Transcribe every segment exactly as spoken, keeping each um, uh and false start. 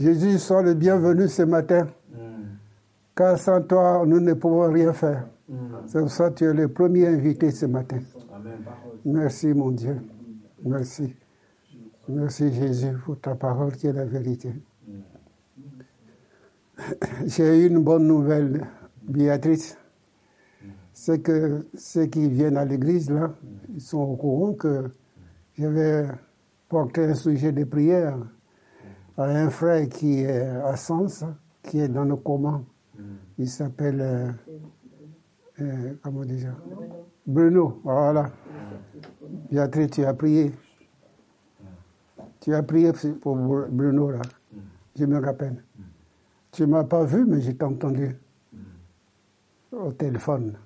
Jésus, sois le bienvenu ce matin. Mm. Car sans toi, nous ne pouvons rien faire. Mm. C'est pour ça que tu es le premier invité ce matin. Amen. Merci, mon Dieu. Merci. Merci, Jésus, pour ta parole qui est la vérité. Mm. J'ai une bonne nouvelle, Béatrice. Mm. C'est que ceux qui viennent à l'église, là, mm. ils sont au courant que je vais porter un sujet de prière à un frère qui est à Sens, qui est dans le coma. Mm. Il s'appelle, euh, euh, comment déjà Bruno, voilà. Mm. Béatrice, tu as prié. Mm. Tu as prié pour Bruno, là. Mm. Je me rappelle. Mm. Tu ne m'as pas vu, mais je t'ai entendu mm. au téléphone. Mm.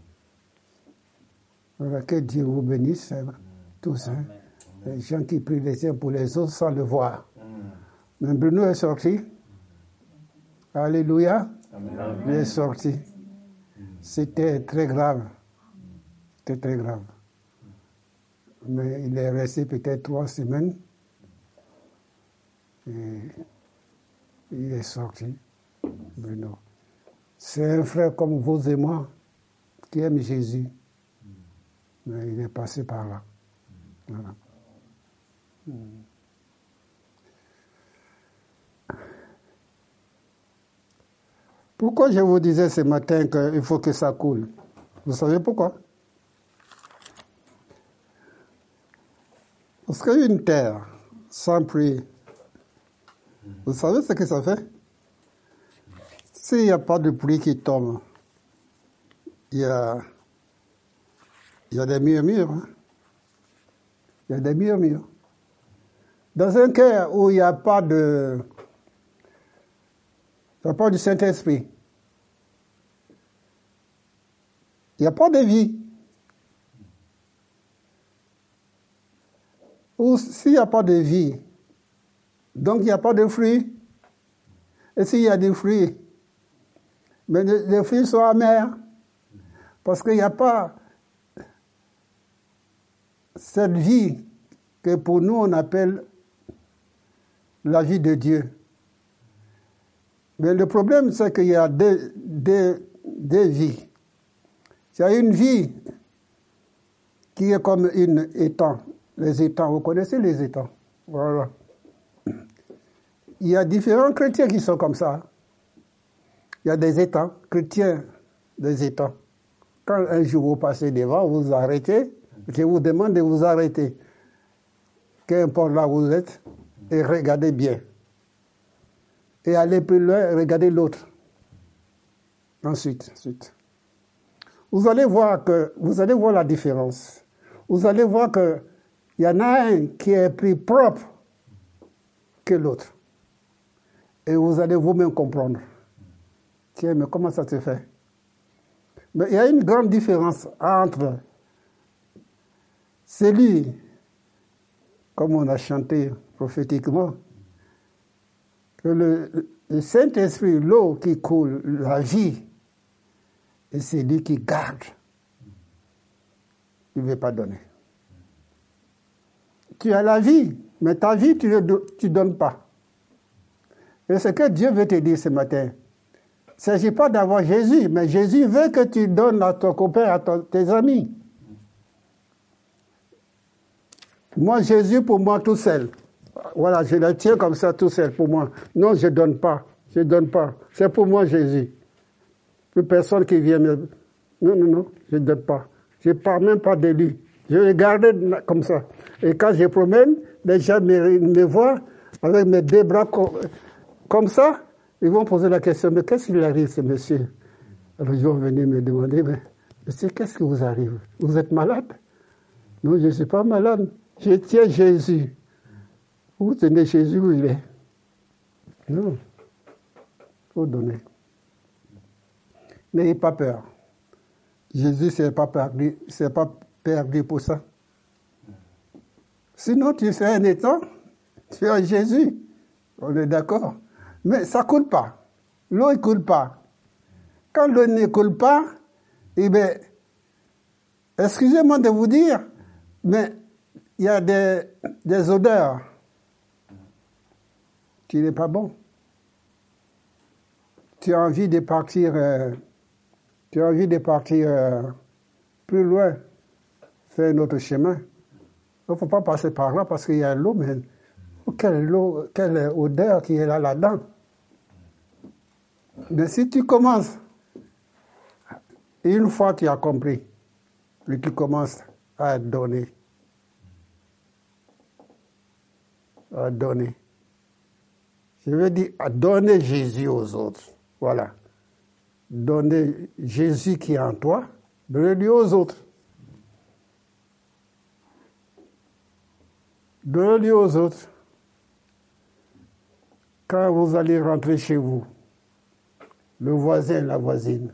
Voilà, que Dieu vous bénisse, mm. tous. Hein. Les gens qui prient les uns pour les autres sans le voir. Mm. Mais Bruno est sorti. Alléluia. Amen. Il est sorti. C'était très grave. C'était très grave. Mais il est resté peut-être trois semaines. Et il est sorti, Bruno. C'est un frère comme vous et moi qui aime Jésus. Mais il est passé par là. Voilà. Pourquoi je vous disais ce matin qu'il faut que ça coule? Vous savez pourquoi? Parce qu'une terre sans pluie, vous savez ce que ça fait? S'il n'y a pas de pluie qui tombe, il y a, il y a des murmures. Hein? Il y a des murmures. Dans un cœur où il n'y a pas de... Il n'y a pas du Saint-Esprit. Il n'y a pas de vie. Ou s'il n'y a pas de vie, donc il n'y a pas de fruits. Et s'il y a des fruits, mais les fruits sont amers. Parce qu'il n'y a pas cette vie que pour nous on appelle la vie de Dieu. Mais le problème, c'est qu'il y a deux, deux, deux vies. Il y a une vie qui est comme une étang. Les étangs, vous connaissez les étangs? Voilà. Il y a différents chrétiens qui sont comme ça. Il y a des étangs, chrétiens, des étangs. Quand un jour vous passez devant, vous arrêtez, je vous demande de vous arrêter. Qu'importe là où vous êtes, et regardez bien. Et aller plus loin, regardez l'autre. Ensuite, ensuite. Vous allez voir que, vous allez voir la différence. Vous allez voir que il y en a un qui est plus propre que l'autre. Et vous allez vous-même comprendre. Tiens, mais comment ça se fait? Mais il y a une grande différence entre celui, comme on a chanté prophétiquement, que le, le Saint-Esprit, l'eau qui coule, la vie, et c'est lui qui garde. Il ne veut pas donner. Tu as la vie, mais ta vie, tu ne tu donnes pas. Et ce que Dieu veut te dire ce matin, il ne s'agit pas d'avoir Jésus, mais Jésus veut que tu donnes à ton copain, à ton, tes amis. Moi, Jésus, pour moi, tout seul. Voilà, je le tiens comme ça, tout seul, pour moi. Non, je ne donne pas. Je ne donne pas. C'est pour moi, Jésus. Plus personne qui vient me... Non, non, non, je ne donne pas. Je ne parle même pas de lui. Je le garde comme ça. Et quand je promène, les gens me, me voient avec mes deux bras comme, comme ça. Ils vont poser la question, mais qu'est-ce qui lui arrive, ce monsieur? Alors ils vont venir me demander, mais monsieur, qu'est-ce qui vous arrive? Vous êtes malade? Non, je ne suis pas malade. Je tiens Jésus. Vous tenez Jésus où il est? Non. Il faut donner. N'ayez pas peur. Jésus, c'est pas perdu, c'est pas perdu pour ça. Sinon, tu serais un étang, tu as Jésus. On est d'accord. Mais ça ne coule pas. L'eau ne coule pas. Quand l'eau ne coule pas, eh bien, excusez-moi de vous dire, mais il y a des, des odeurs. tu n'es pas bon. Tu as envie de partir, euh, tu as envie de partir euh, plus loin, faire un autre chemin. Il ne faut pas passer par là parce qu'il y a l'eau, mais quelle, eau, quelle odeur qui est là là-dedans. Mais si tu commences, une fois tu as compris, et tu commences à donner, à donner. Je veux dire, à donner Jésus aux autres. Voilà. Donner Jésus qui est en toi, donner-lui aux autres. Donner-lui aux autres. Quand vous allez rentrer chez vous, le voisin, la voisine,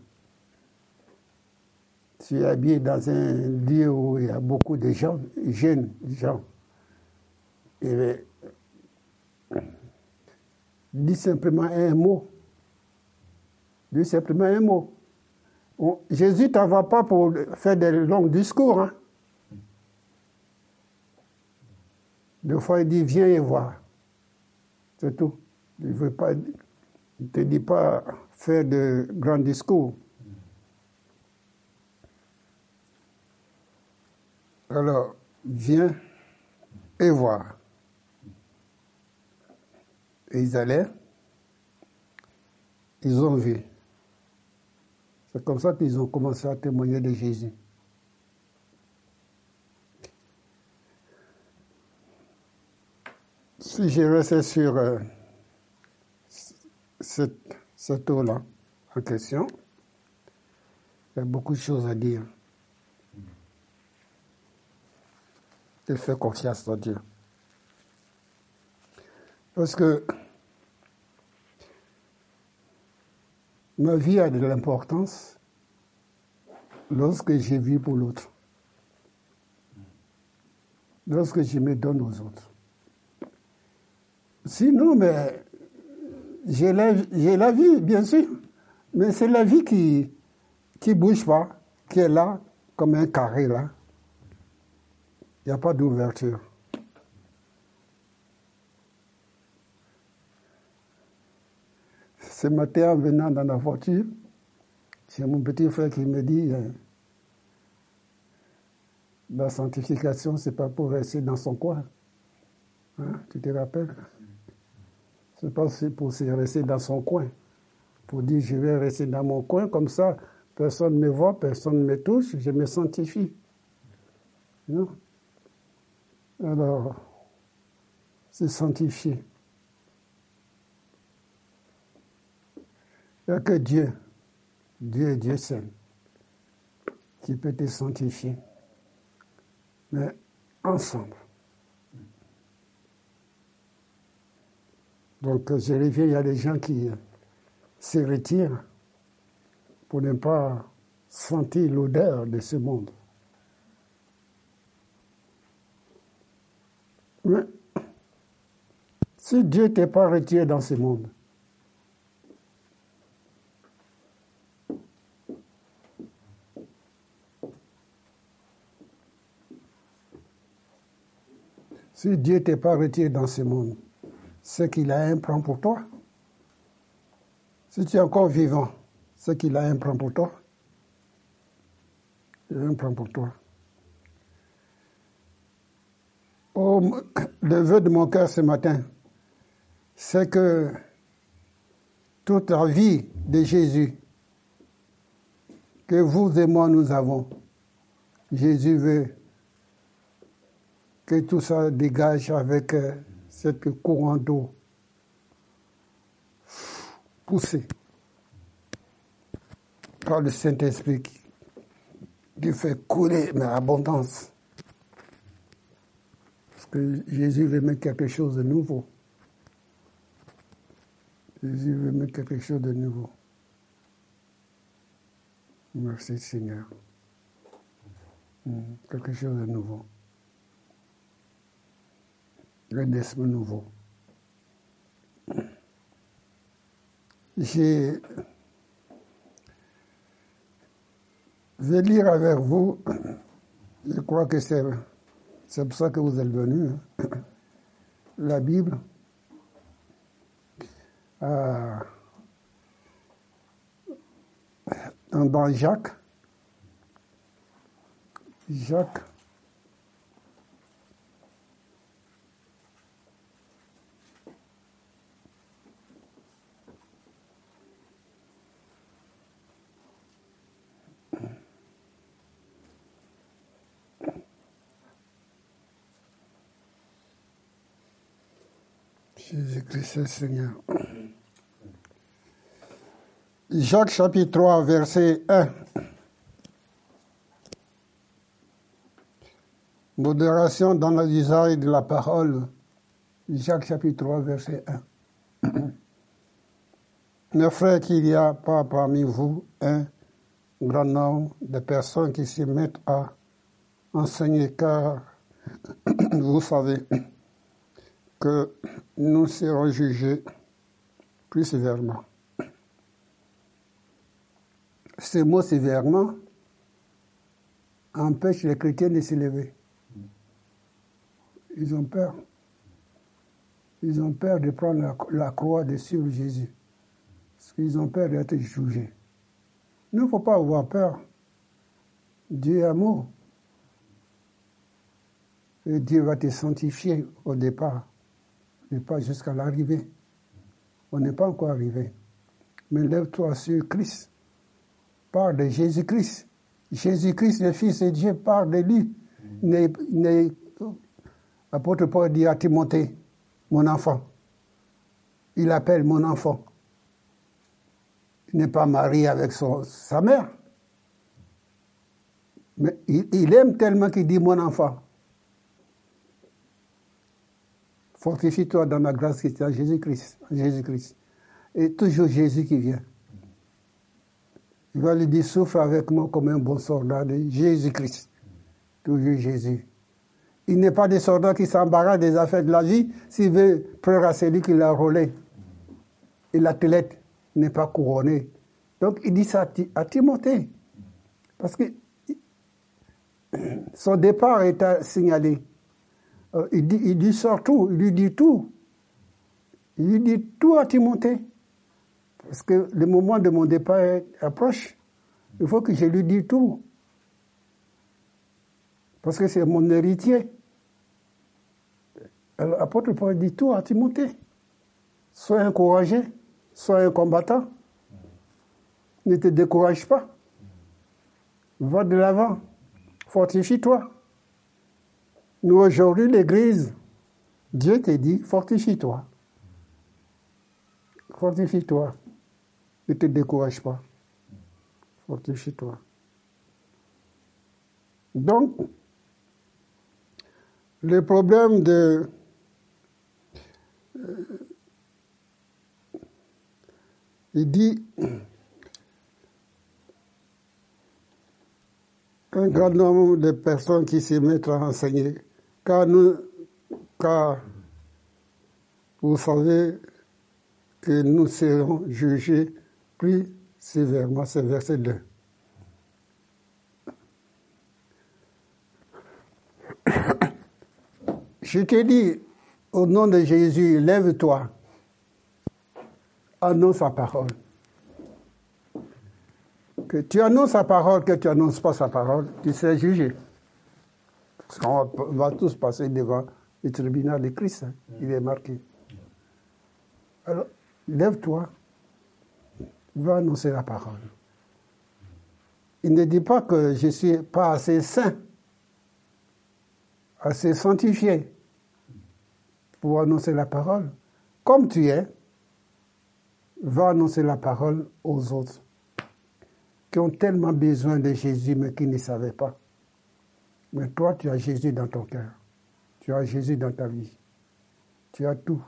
tu es habillé dans un lieu où il y a beaucoup de gens, jeunes gens, et bien, dis simplement un mot. Dis simplement un mot. On, Jésus ne t'en va pas pour faire des longs discours. Hein. Des fois, il dit, viens et voir. C'est tout. Il ne veut pas, il te dit pas faire de grands discours. Alors, viens et voir. Et ils allaient, ils ont vu. C'est comme ça qu'ils ont commencé à témoigner de Jésus. Si je restais sur euh, cette, cette eau-là en question, il y a beaucoup de choses à dire. Et faire confiance à Dieu. Parce que ma vie a de l'importance lorsque je vis pour l'autre. Lorsque je me donne aux autres. Sinon, mais j'ai la, j'ai la vie, bien sûr, mais c'est la vie qui qui bouge pas, qui est là, comme un carré là. Il n'y a pas d'ouverture. Ce matin, en venant dans la voiture, c'est mon petit frère qui me dit euh, la sanctification, c'est pas pour rester dans son coin. Hein, tu te rappelles? C'est pas pour rester dans son coin. Pour dire, je vais rester dans mon coin, comme ça, personne ne me voit, personne ne me touche, je me sanctifie. Non? Alors, c'est sanctifier. Il n'y a que Dieu, Dieu et Dieu seul, qui peut te sanctifier. Mais ensemble. Donc, je reviens, il y a des gens qui se retirent pour ne pas sentir l'odeur de ce monde. Mais si Dieu ne t'est pas retiré dans ce monde, si Dieu ne t'est pas retiré dans ce monde, c'est qu'il a un plan pour toi. Si tu es encore vivant, c'est qu'il a un plan pour toi. Il a un plan pour toi. Oh, le vœu de mon cœur ce matin, c'est que toute la vie de Jésus, que vous et moi nous avons, Jésus veut que tout ça dégage avec euh, cette courant d'eau poussée par le Saint-Esprit qui, qui fait couler mais abondance. Parce que Jésus veut mettre quelque chose de nouveau. Jésus veut mettre quelque chose de nouveau. Merci Seigneur. Mmh, quelque chose de nouveau. Un esprit nouveau. J'ai... Je vais lire avec vous, je crois que c'est, c'est pour ça que vous êtes venus, hein. La Bible. euh, dans Jacques. Jacques. Jésus-Christ est Seigneur. Jacques chapitre trois, verset un. Modération dans l'usage de la parole. Jacques chapitre trois, verset un. Ne frère qu'il n'y a pas parmi vous un grand nombre de personnes qui se mettent à enseigner, car vous savez que nous serons jugés plus sévèrement. Ce mot sévèrement empêche les chrétiens de s'élever. Ils ont peur. Ils ont peur de prendre la, la croix de suivre Jésus. Parce qu'ils ont peur d'être jugés. Il ne faut pas avoir peur. Dieu est amour. Et Dieu va te sanctifier au départ. Mais pas jusqu'à l'arrivée. On n'est pas encore arrivé. Mais lève-toi sur Christ. Parle de Jésus-Christ. Jésus-Christ, le Fils de Dieu, parle de lui. L'apôtre Paul dit à Timothée, mon enfant. Il appelle mon enfant. Il n'est pas marié avec son, sa mère. Mais il, il aime tellement qu'il dit mon enfant. Fortifie-toi dans la grâce qui est à Jésus-Christ. Jésus-Christ. Et toujours Jésus qui vient. Il va lui dire, souffre avec moi comme un bon soldat de Jésus-Christ. Toujours Jésus. Il n'est pas des soldats qui s'embarrassent des affaires de la vie s'il veut pleurer à celui qui l'a roulé. Et l'athlète n'est pas couronné. Donc il dit ça à Timothée. Parce que son départ est signalé. Il dit, il dit surtout, il lui dit tout. Il lui dit tout à Timothée. Parce que le moment de mon départ approche. Il faut que je lui dise tout. Parce que c'est mon héritier. Alors, l'apôtre Paul dit tout à Timothée. Sois encouragé, sois un combattant. Ne te décourage pas. Va de l'avant. Fortifie-toi. Nous, aujourd'hui, l'Église, Dieu te dit, fortifie-toi. Fortifie-toi. Ne te décourage pas. Fortifie-toi. Donc, le problème de... Euh, il dit... Un grand nombre de personnes qui se mettent à enseigner, car, nous, car vous savez que nous serons jugés plus sévèrement. C'est verset deux. Je te dis, au nom de Jésus, lève-toi, annonce sa parole. Que tu annonces sa parole, que tu n'annonces pas sa parole, tu seras jugé. Parce qu'on va tous passer devant le tribunal de Christ. Hein. Il est marqué. Alors, lève-toi, va annoncer la parole. Il ne dit pas que je ne suis pas assez saint, assez sanctifié pour annoncer la parole. Comme tu es, va annoncer la parole aux autres qui ont tellement besoin de Jésus, mais qui ne savaient pas. Mais toi, tu as Jésus dans ton cœur. Tu as Jésus dans ta vie. Tu as tout.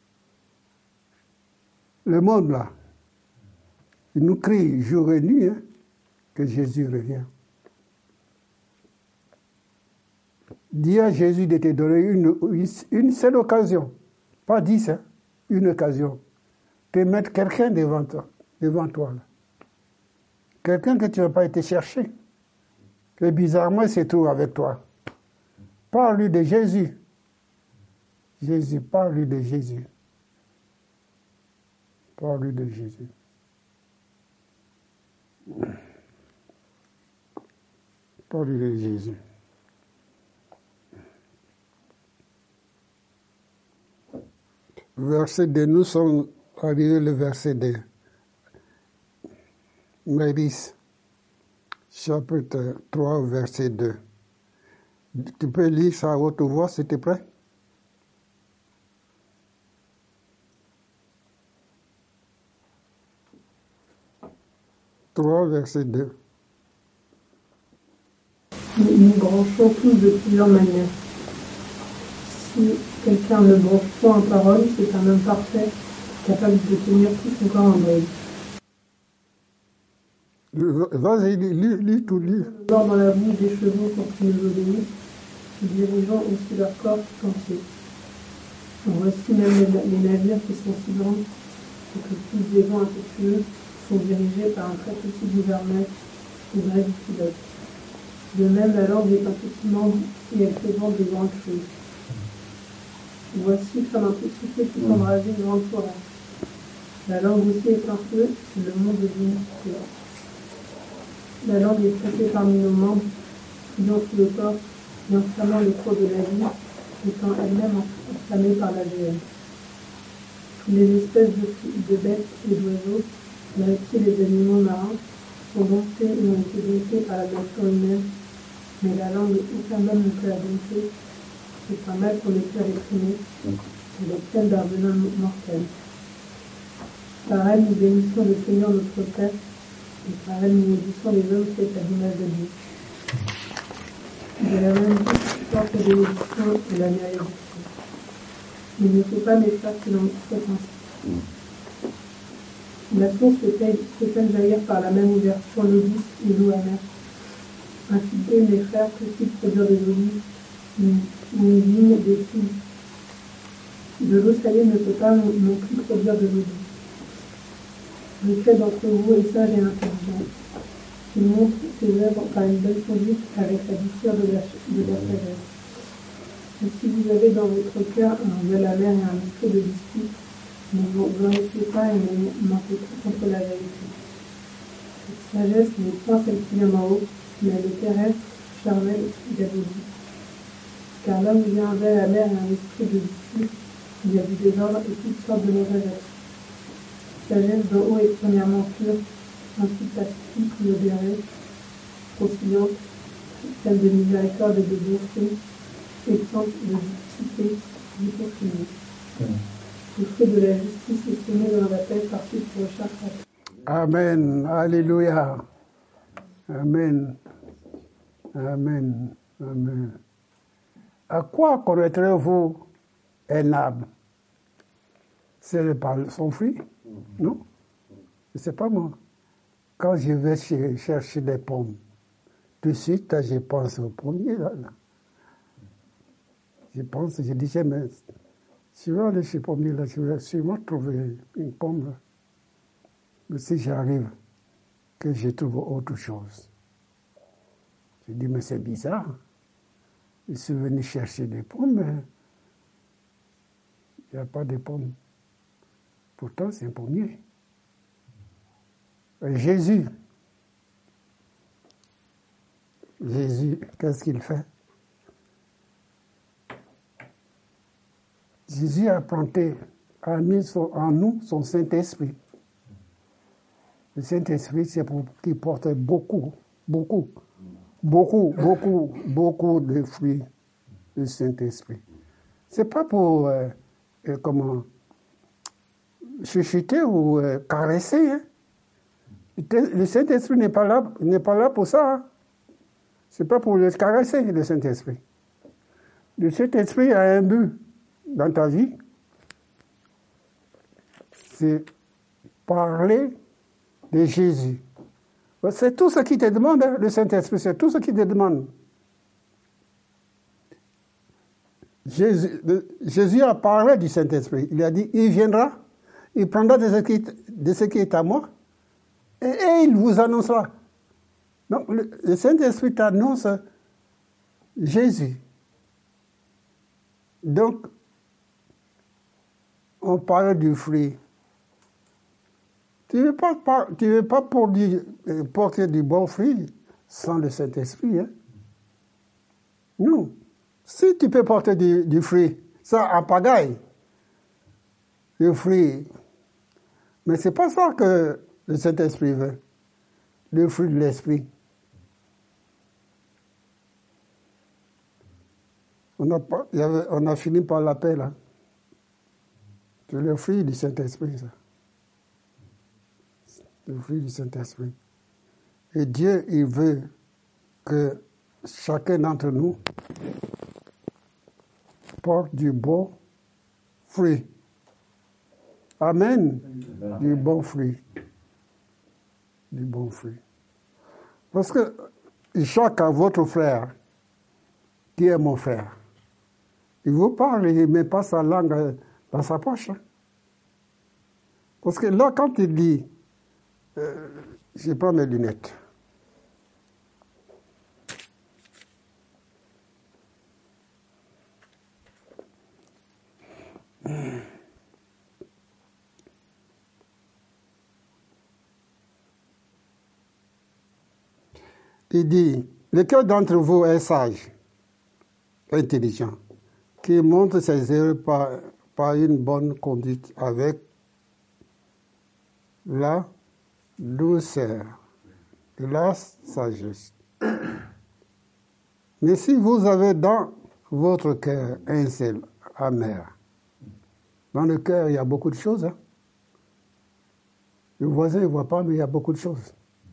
Le monde, là, il nous crie jour et nuit hein, que Jésus revient. Dis à Jésus de te donner une, une seule occasion. Pas dix, hein, une occasion. De mettre quelqu'un devant toi. Devant toi là. Quelqu'un que tu n'as pas été chercher, que bizarrement il se trouve avec toi. Parle-lui de Jésus. Jésus, parle-lui de Jésus. Parole de Jésus. Parole de Jésus. Verset deux, nous sommes arrivés au verset deux. Maëlys, chapitre trois, verset deux. Tu peux lire ça à haute voix, s'il te plaît? trois, verset deux. Nous nous branchons tous de plusieurs manières. Si quelqu'un ne branche point en parole, c'est un homme parfait, capable de tenir tout son corps en bride. Vas-y, lis, lis tout, lis. Lors dans la bouche des chevaux pour qu'ils nous obéissent, nous dirigeons aussi leur corps tout entier. Voici même les, les navires qui sont si grands et que tous des vents impétueux sont dirigés par un très petit gouvernail ou bref du pilote. De même, la langue est un petit membre et elle présente des grandes choses. Voici comme un petit feu qui embrasait une grande forêt. La langue aussi est un feu, c'est le monde d'une histoire. La langue est placée parmi nos membres, fouillant tout le corps et enflammant les cours de la vie, étant elle-même enflammée par la géhenne. Toutes les espèces de, de bêtes et d'oiseaux, les reptiles et les animaux marins, sont domptés et ont été domptés par la nature humaine, mais la langue, aucun homme ne peut la dompter. C'est un mal qu'on ne peut réprimer, elle est pleine d'un venin mortel. Par elle, nous bénissons le Seigneur notre Père, et par elle, nous maudissons les hommes faits à l'image de Dieu. De la même bouche sortent des malédictions et la malédiction. Il ne faut pas, mes frères, que l'on soit ainsi. La source peut-elle jaillir par la même ouverture l'eau douce et l'eau amère. Ainsi que mes frères, peut-il produire des olives ou une vigne des figues. De l'eau salée ne peut pas non plus produire de l'eau douce. Lequel d'entre vous est sage et intelligent, qui montre ses œuvres par une belle conduite avec la douceur de la, de la sagesse. Et si vous avez dans votre cœur un zèle amer et un esprit de dispute, ne vous glorifiez pas et ne mentez pas contre la vérité. Cette sagesse n'est point celle qui vient d'en haut, mais elle est terrestre, charnelle et diabolique. Car là où il y a un zèle amer et un esprit de dispute, il y a du désordre et toutes sortes de mauvaises actions. Sagesse d'en haut est premièrement pure, ensuite pacifique, modérée, conciliante, pleine de miséricorde et de bonté, exempte de duplicité, d'hypocrisie. Le fruit de la justice est semé dans la tête par ceux qui recherchent la paix. Amen. Alléluia. Amen. Amen. Amen. À quoi connaîtrez-vous un arbre? C'est par son fruit? Non? Je ne sais pas moi. Quand je vais chercher des pommes, tout de suite, je pense au pommier. Là, là. Je pense, je disais, mais je vais aller chez le pommier, là, je vais sûrement trouver une pomme. Là. Mais si j'arrive, que je trouve autre chose. Je dis, mais c'est bizarre. Je suis venu chercher des pommes, mais il n'y a pas de pommes. Pourtant, c'est un pommier. Et Jésus, Jésus, qu'est-ce qu'il fait? Jésus a planté, a mis son, en nous son Saint-Esprit. Le Saint-Esprit, c'est pour qu'il porte beaucoup, beaucoup, beaucoup, beaucoup, beaucoup de fruits du Saint-Esprit. C'est pas pour, euh, euh, comment, chuchoter ou euh, caresser. Hein. Le Saint-Esprit n'est pas là, n'est pas là pour ça. Hein. C'est pas pour le caresser, le Saint-Esprit. Le Saint-Esprit a un but dans ta vie. C'est parler de Jésus. C'est tout ce qu'il te demande, hein, le Saint-Esprit, c'est tout ce qu'il te demande. Jésus, Jésus a parlé du Saint-Esprit. Il a dit, il viendra, il prendra de ce qui, de ce qui est à moi, et, et il vous annoncera. Donc, le, le Saint-Esprit t'annonce Jésus. Donc, on parle du fruit. Tu ne veux pas, pas, tu veux pas porter, porter du bon fruit sans le Saint-Esprit. Hein? Non. Si tu peux porter du, du fruit, ça en pagaille, le fruit. Mais ce n'est pas ça que le Saint-Esprit veut, le fruit de l'Esprit. On a, pas, y avait, on a fini par l'appel. Hein. C'est le fruit du Saint-Esprit, ça. Le fruit du Saint-Esprit. Et Dieu, il veut que chacun d'entre nous porte du bon fruit. Amen. Amen. Du bon fruit. Du bon fruit. Parce que chaque à votre frère, qui est mon frère, il vous parle, il ne met pas sa langue dans sa poche. Hein. Parce que là, quand il dit, euh, je prends mes lunettes. Il dit, lequel d'entre vous est sage, intelligent, qui montre ses erreurs par, par une bonne conduite avec la douceur et la sagesse. Mais si vous avez dans votre cœur un zèle amer, dans le cœur, il y a beaucoup de choses. Hein? Le voisin ne voit pas, mais il y a beaucoup de choses.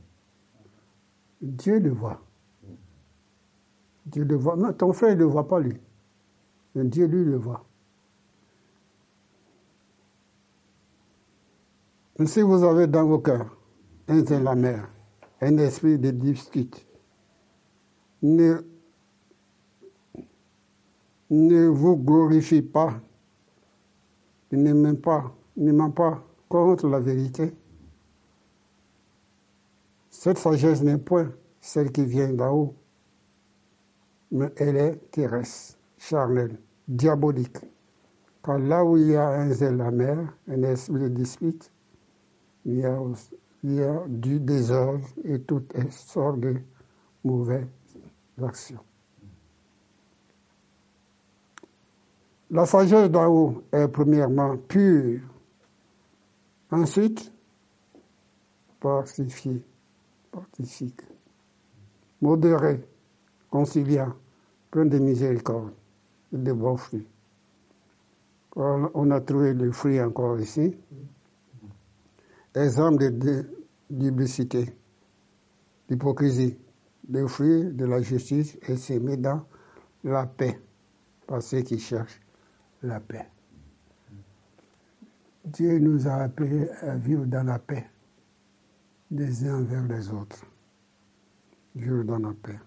Dieu le voit. Dieu le voit. Non, ton frère ne le voit pas, lui. Mais Dieu, lui, le voit. Et si vous avez dans vos cœurs un zèle amer, un esprit de dispute, ne, ne vous glorifiez pas, ne ment pas, ne ment pas contre la vérité. Cette sagesse n'est point celle qui vient d'en haut, mais elle est terrestre, charnelle, diabolique. Car là où il y a un zèle amer, un esprit de dispute, il y a, il y a du désordre et toute sorte de mauvaises actions. La sagesse d'en haut est premièrement pure, ensuite pacifiée, pacifique, modérée, conciliant, pleine de miséricorde et de bons fruits. On a trouvé le fruit encore ici. Exemple de duplicité, d'hypocrisie, le fruit de la justice est semé dans la paix par ceux qui cherchent la paix. Dieu nous a appelés à vivre dans la paix, les uns envers les autres. Vivre dans la paix.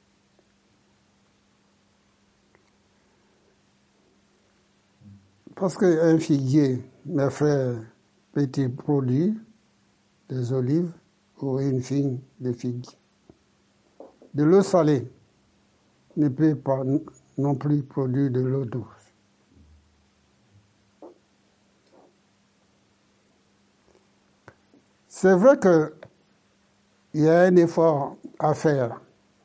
Parce qu'un figuier, mes frères, peut-il produire des olives ou une vigne de figues? De l'eau salée ne peut pas non plus produire de l'eau douce. C'est vrai qu'il y a un effort à faire.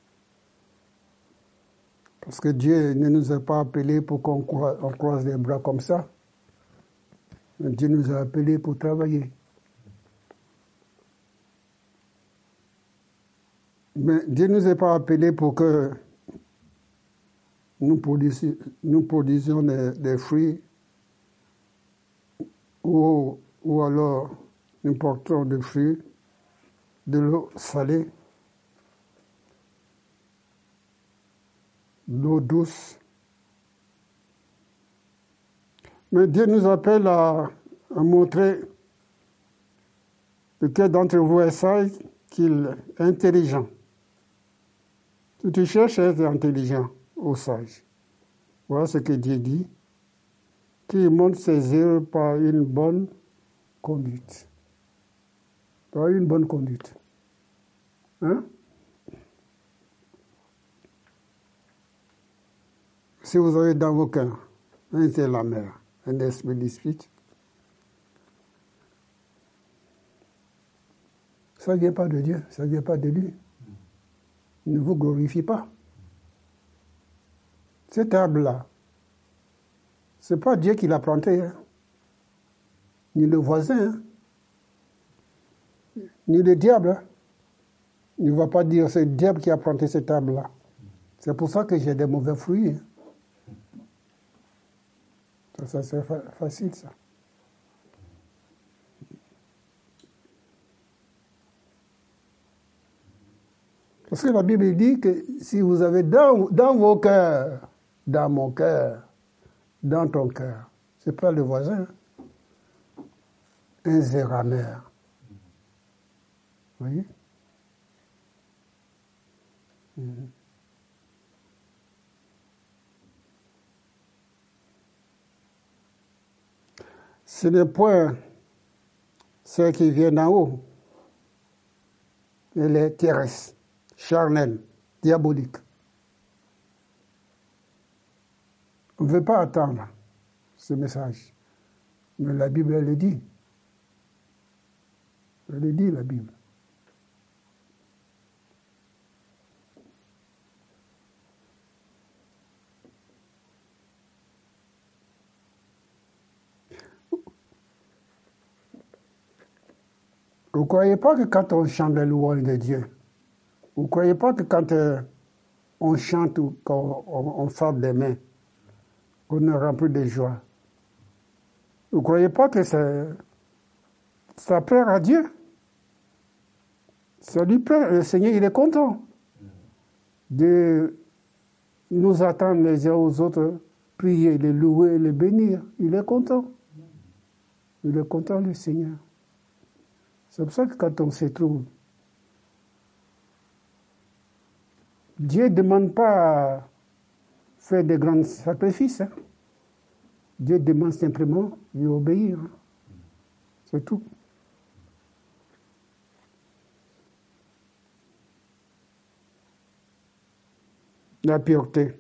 Parce que Dieu ne nous a pas appelés pour qu'on croise les bras comme ça. Dieu nous a appelés pour travailler. Mais Dieu ne nous a pas appelés pour que nous produisions, nous produisions des, des fruits ou, ou alors nous portons des fruits, de l'eau salée, de l'eau douce. Mais Dieu nous appelle à, à montrer lequel d'entre vous est sage, qu'il est intelligent. Si tu cherches à être intelligent ou sage, voilà ce que Dieu dit, qui montre ses erreurs par une bonne conduite. Par une bonne conduite. Hein? Si vous avez dans vos cœurs un zèle amer, un esprit dispute, Ça ne vient pas de Dieu, ça ne vient pas de lui. Il ne vous glorifie pas. Cet arbre-là, ce n'est pas Dieu qui l'a planté, hein. Ni le voisin, hein. Ni le diable. Hein. Il ne va pas dire c'est le diable qui a planté cet arbre-là. C'est pour ça que j'ai des mauvais fruits. Hein. Ça, ça c'est fa- facile, ça. Parce que la Bible dit que si vous avez dans, dans vos cœurs, dans mon cœur, dans ton cœur, c'est pas le voisin, hein. Un zéramère. Vous voyez? Mm-hmm. Ce n'est point ceux qui viennent d'en haut, elle est terrestre, charnelle, diabolique. On ne veut pas attendre ce message. Mais la Bible, elle le dit. Elle le dit, la Bible. Vous ne croyez pas que quand on chante les louanges de Dieu, vous ne croyez pas que quand euh, on chante ou quand on, on frappe des mains, on est rempli de joie? Vous ne croyez pas que ça, ça plaît à Dieu? Ça lui plaît. Le Seigneur, il est content de nous attendre les uns aux autres, prier, les louer, les bénir. Il est content. Il est content, le Seigneur. C'est pour ça que quand on se trouve, Dieu ne demande pas à faire de grands sacrifices. Hein. Dieu demande simplement de lui obéir. Hein. C'est tout. La pureté.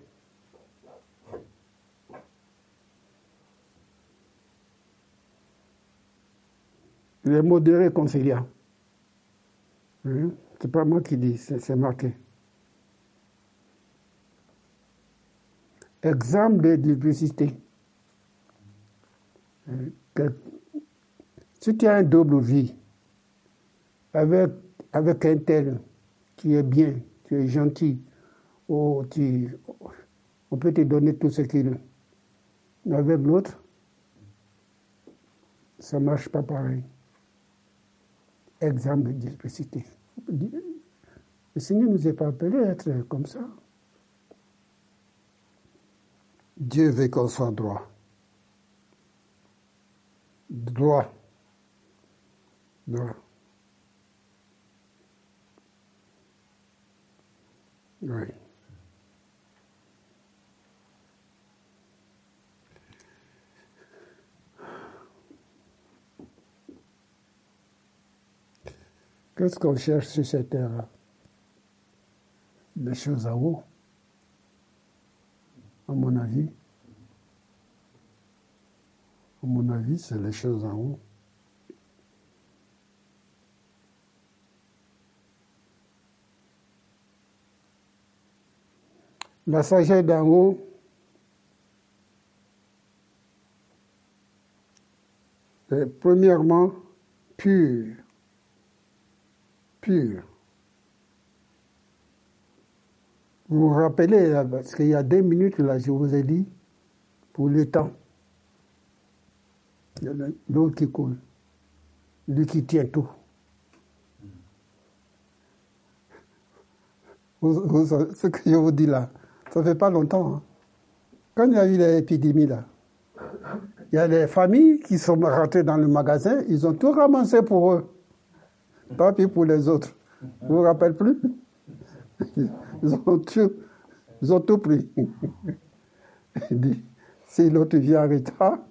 Il est modéré, conciliant. Hein? C'est pas moi qui dis, c'est, c'est marqué. Exemple de duplicité. Hein? Si tu as un double vie avec, avec un tel qui est bien, tu es gentil, ou tu, on peut te donner tout ce qu'il a. Mais avec l'autre, ça ne marche pas pareil. Exemple de duplicité. Le Seigneur ne nous a pas appelés à être comme ça. Dieu veut qu'on soit droit. Droit. Droit. Oui. Qu'est-ce qu'on cherche sur cette terre? Des choses en haut, à mon avis. À mon avis, c'est les choses en haut. La sagesse d'en haut, est premièrement pure. Pure. Vous vous rappelez, là, parce qu'il y a deux minutes, là, je vous ai dit, pour le temps, il y a l'eau qui coule, lui qui tient tout. Vous, vous, ce que je vous dis là, ça ne fait pas longtemps. Hein. Quand il y a eu l'épidémie, là, il y a des familles qui sont rentrées dans le magasin, ils ont tout ramassé pour eux. Tant pis pour les autres. Vous vous rappelez plus? Ils ont tout, ils ont tout pris. Il dit, si l'autre vient en retard,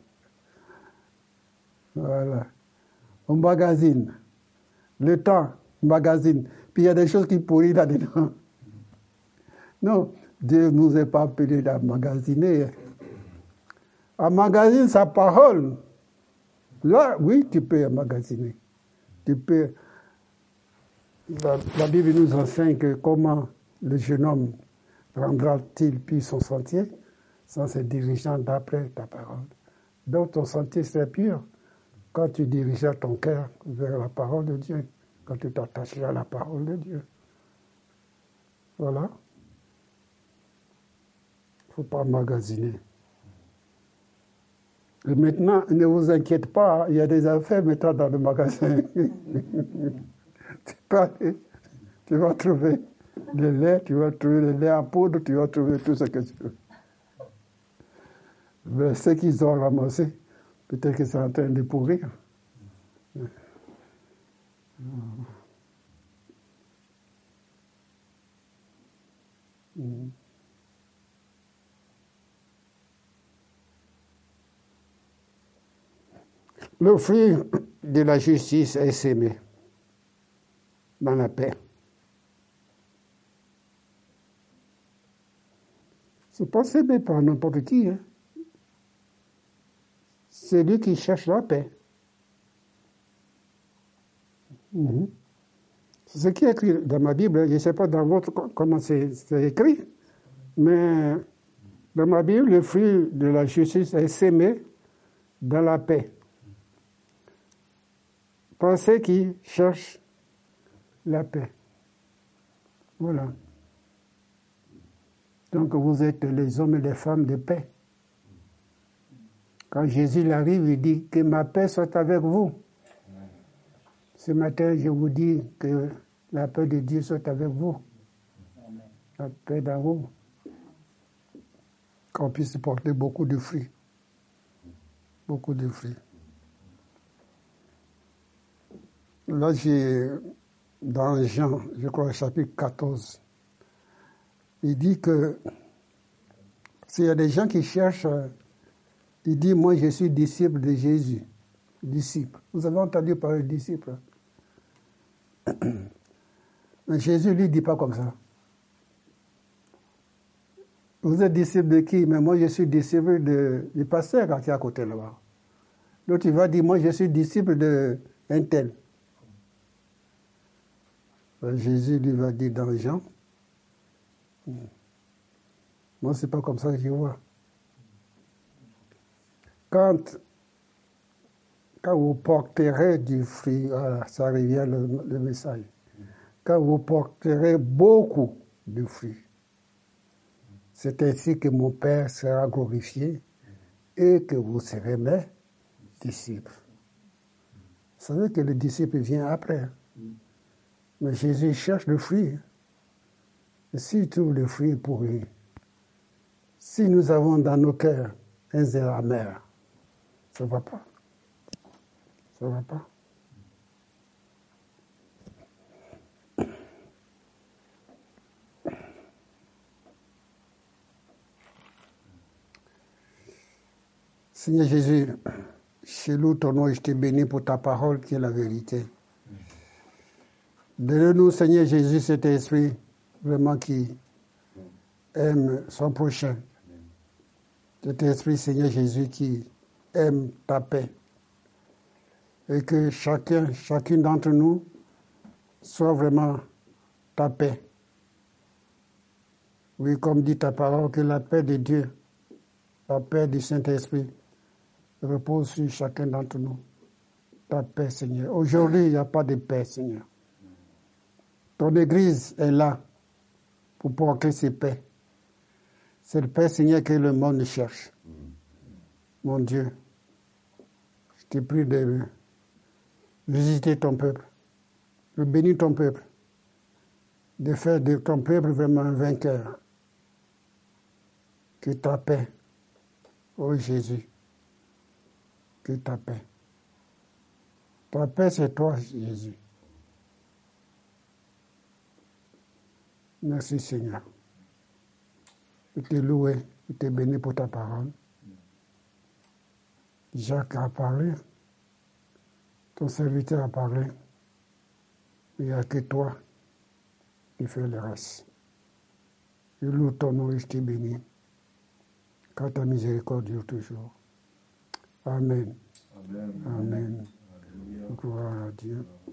voilà. On magasine. Le temps, on magasine. Puis il y a des choses qui pourrissent là-dedans. Non, Dieu ne nous a pas appelés à magasiner. À magasiner sa parole. Là, oui, tu peux magasiner. Tu peux la, la Bible nous enseigne que comment le jeune homme rendra-t-il puis son sentier sans se dirigeant d'après ta parole. Donc ton sentier serait pur quand tu dirigeras ton cœur vers la parole de Dieu, quand tu t'attacheras à la parole de Dieu. Voilà. Il ne faut pas magasiner. Et maintenant, ne vous inquiétez pas, il y a des affaires maintenant dans le magasin. tu, vas, tu vas trouver le lait, tu vas trouver le lait en poudre, tu vas trouver tout ce que tu veux. Mais ce qu'ils ont ramassé, peut-être que c'est en train de pourrir. Mm. Le fruit de la justice est sémé dans la paix. Ce n'est pas sémé par n'importe qui. Hein. C'est lui qui cherche la paix. Mm-hmm. C'est ce qui est écrit dans ma Bible. Je ne sais pas dans votre comment c'est, c'est écrit, mais dans ma Bible, le fruit de la justice est sémé dans la paix. Par ceux qui cherchent la paix. Voilà. Donc vous êtes les hommes et les femmes de paix. Quand Jésus arrive, il dit que ma paix soit avec vous. Ce matin, je vous dis que la paix de Dieu soit avec vous. La paix d'amour. Qu'on puisse porter beaucoup de fruits. Beaucoup de fruits. Là, j'ai, dans Jean, je crois, chapitre quatorze, il dit que s'il y a des gens qui cherchent, il dit, moi, je suis disciple de Jésus. Disciple. Vous avez entendu parler de disciple? Mais Jésus, lui, ne dit pas comme ça. Vous êtes disciple de qui? Mais moi, je suis disciple de, du pasteur qui est à côté là-bas. L'autre, il va dire, moi, je suis disciple d'un tel. Jésus lui va dire dans Jean, moi c'est pas comme ça que je vois. Quand, quand vous porterez du fruit, voilà, ça revient le, le message. Quand vous porterez beaucoup de fruits, c'est ainsi que mon Père sera glorifié et que vous serez mes disciples. Vous savez que le disciple vient après. Mais Jésus cherche le fruit. Et s'il trouve le fruit pourri, si nous avons dans nos cœurs un zèle amer, ça ne va pas. Ça ne va pas. Seigneur Jésus, chez nous, ton nom, je te bénis pour ta parole qui est la vérité. Donne-nous, Seigneur Jésus, cet esprit vraiment qui aime son prochain. Cet esprit, Seigneur Jésus, qui aime ta paix. Et que chacun, chacune d'entre nous soit vraiment ta paix. Oui, comme dit ta parole, que la paix de Dieu, la paix du Saint-Esprit, repose sur chacun d'entre nous. Ta paix, Seigneur. Aujourd'hui, il n'y a pas de paix, Seigneur. Ton Église est là pour porter ces paix. C'est le paix, Seigneur, que le monde cherche. Mon Dieu, je te prie de visiter ton peuple, de bénir ton peuple, de faire de ton peuple vraiment un vainqueur. Que ta paix, ô Jésus, que ta paix. Ta paix, c'est toi, Jésus. Merci, Seigneur. Je te loue, je te bénis pour ta parole. Jacques a parlé, ton serviteur a parlé. Il n'y a que toi qui fais le reste. Je loue ton nom et je te bénis. Car ta miséricorde dure toujours. Amen. Amen. Amen. Gloire à Dieu.